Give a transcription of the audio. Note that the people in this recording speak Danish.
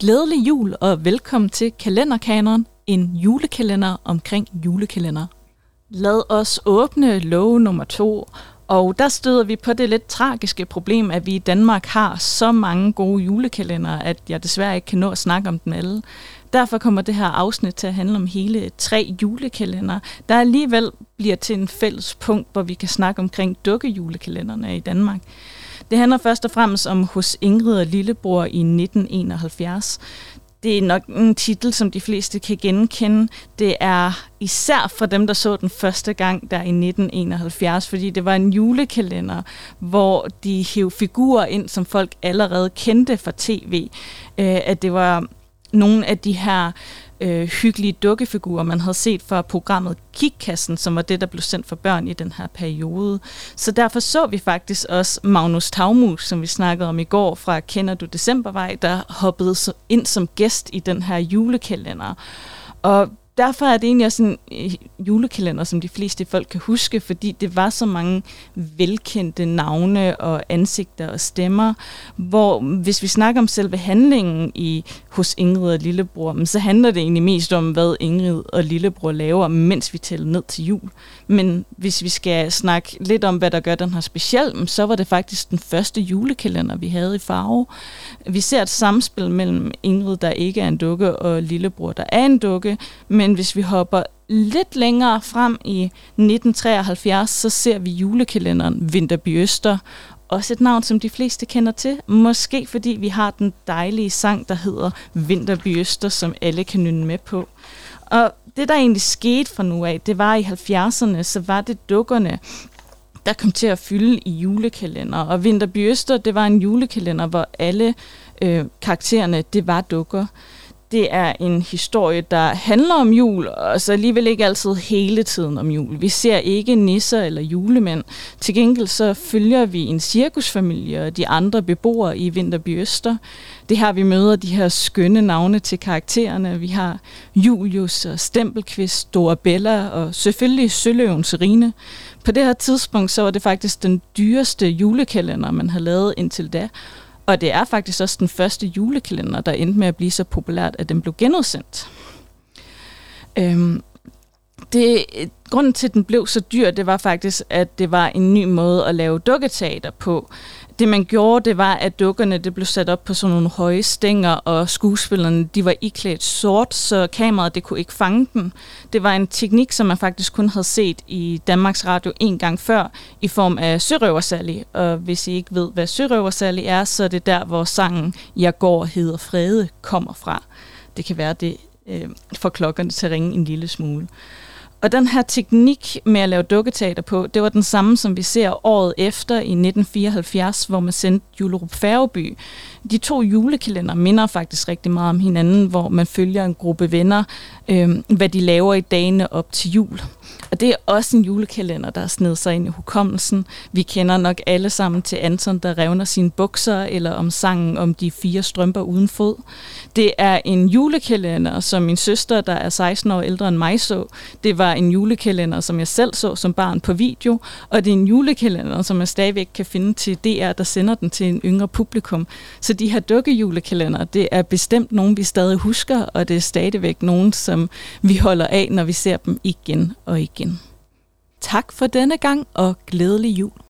Glædelig jul og velkommen til Kalenderkanonen, en julekalender omkring julekalender. Lad os åbne låge nummer 2, og der støder vi på det lidt tragiske problem, at vi i Danmark har så mange gode julekalendere, at jeg desværre ikke kan nå at snakke om dem alle. Derfor kommer det her afsnit til at handle om hele 3 julekalendere, der alligevel bliver til en fælles punkt, hvor vi kan snakke omkring dukkejulekalenderne i Danmark. Det handler først og fremmest om Hos Ingrid og Lillebror i 1971. Det er nok en titel, som de fleste kan genkende. Det er især for dem, der så den første gang der i 1971, fordi det var en julekalender, hvor de hev figurer ind, som folk allerede kendte fra tv. At det var nogle af de her hyggelige dukkefigurer, man havde set fra programmet Kikkassen, som var det, der blev sendt for børn i den her periode. Så derfor så vi faktisk også Magnus Tagmus, som vi snakkede om i går fra Kender du Decembervej, der hoppede ind som gæst i den her julekalender. Og derfor er det egentlig også en julekalender, som de fleste folk kan huske, fordi det var så mange velkendte navne og ansigter og stemmer, hvor hvis vi snakker om selve handlingen i Hos Ingrid og Lillebror, så handler det egentlig mest om, hvad Ingrid og Lillebror laver, mens vi tæller ned til jul. Men hvis vi skal snakke lidt om, hvad der gør den her speciel, så var det faktisk den første julekalender, vi havde i farve. Vi ser et samspil mellem Ingrid, der ikke er en dukke, og Lillebror, der er en dukke, men hvis vi hopper lidt længere frem i 1973, så ser vi julekalenderen Vinterby Øster. Også et navn, som de fleste kender til. Måske fordi vi har den dejlige sang, der hedder Vinterby Øster, som alle kan nynne med på. Og det, der egentlig skete fra nu af, det var i 70'erne, så var det dukkerne, der kom til at fylde i julekalender. Og Vinterby Øster, det var en julekalender, hvor alle karaktererne, det var dukker. Det er en historie, der handler om jul, og så alligevel ikke altid hele tiden om jul. Vi ser ikke nisser eller julemænd. Til gengæld så følger vi en cirkusfamilie og de andre beboere i Vinterby Øster. Det her, vi møder de her skønne navne til karaktererne. Vi har Julius og Stempelkvist, Dorabella og selvfølgelig Søløven Serine. På det her tidspunkt så var det faktisk den dyreste julekalender, man havde lavet indtil da. Og det er faktisk også den første julekalender, der endte med at blive så populært, at den blev genudsendt. Grunden til, at den blev så dyr, det var faktisk, at det var en ny måde at lave dukketeater på. Det man gjorde, det var, at dukkerne det blev sat op på sådan nogle høje stænger, og skuespillerne de var iklædt sort, så kameraet det kunne ikke fange dem. Det var en teknik, som man faktisk kun havde set i Danmarks Radio en gang før, i form af Sørøver Sally. Og hvis I ikke ved, hvad Sørøver Sally er, så er det der, hvor sangen Jeg går hedder Frede kommer fra. Det kan være, det får klokkerne til at ringe en lille smule. Og den her teknik med at lave dukketeater på, det var den samme, som vi ser året efter i 1974, hvor man sendte Julerup Færgeby. De 2 julekalender minder faktisk rigtig meget om hinanden, hvor man følger en gruppe venner, hvad de laver i dagene op til jul. Og det er også en julekalender, der er snedet sig ind i hukommelsen. Vi kender nok alle sammen til Anton, der revner sine bukser, eller om sangen om de 4 strømper uden fod. Det er en julekalender, som min søster, der er 16 år ældre end mig, så. Det var en julekalender, som jeg selv så som barn på video, og det er en julekalender, som man stadigvæk kan finde til DR, der sender den til en yngre publikum. Så de her dukkejulekalender, det er bestemt nogen, vi stadig husker, og det er stadigvæk nogen, som vi holder af, når vi ser dem igen og igen. Tak for denne gang, og glædelig jul.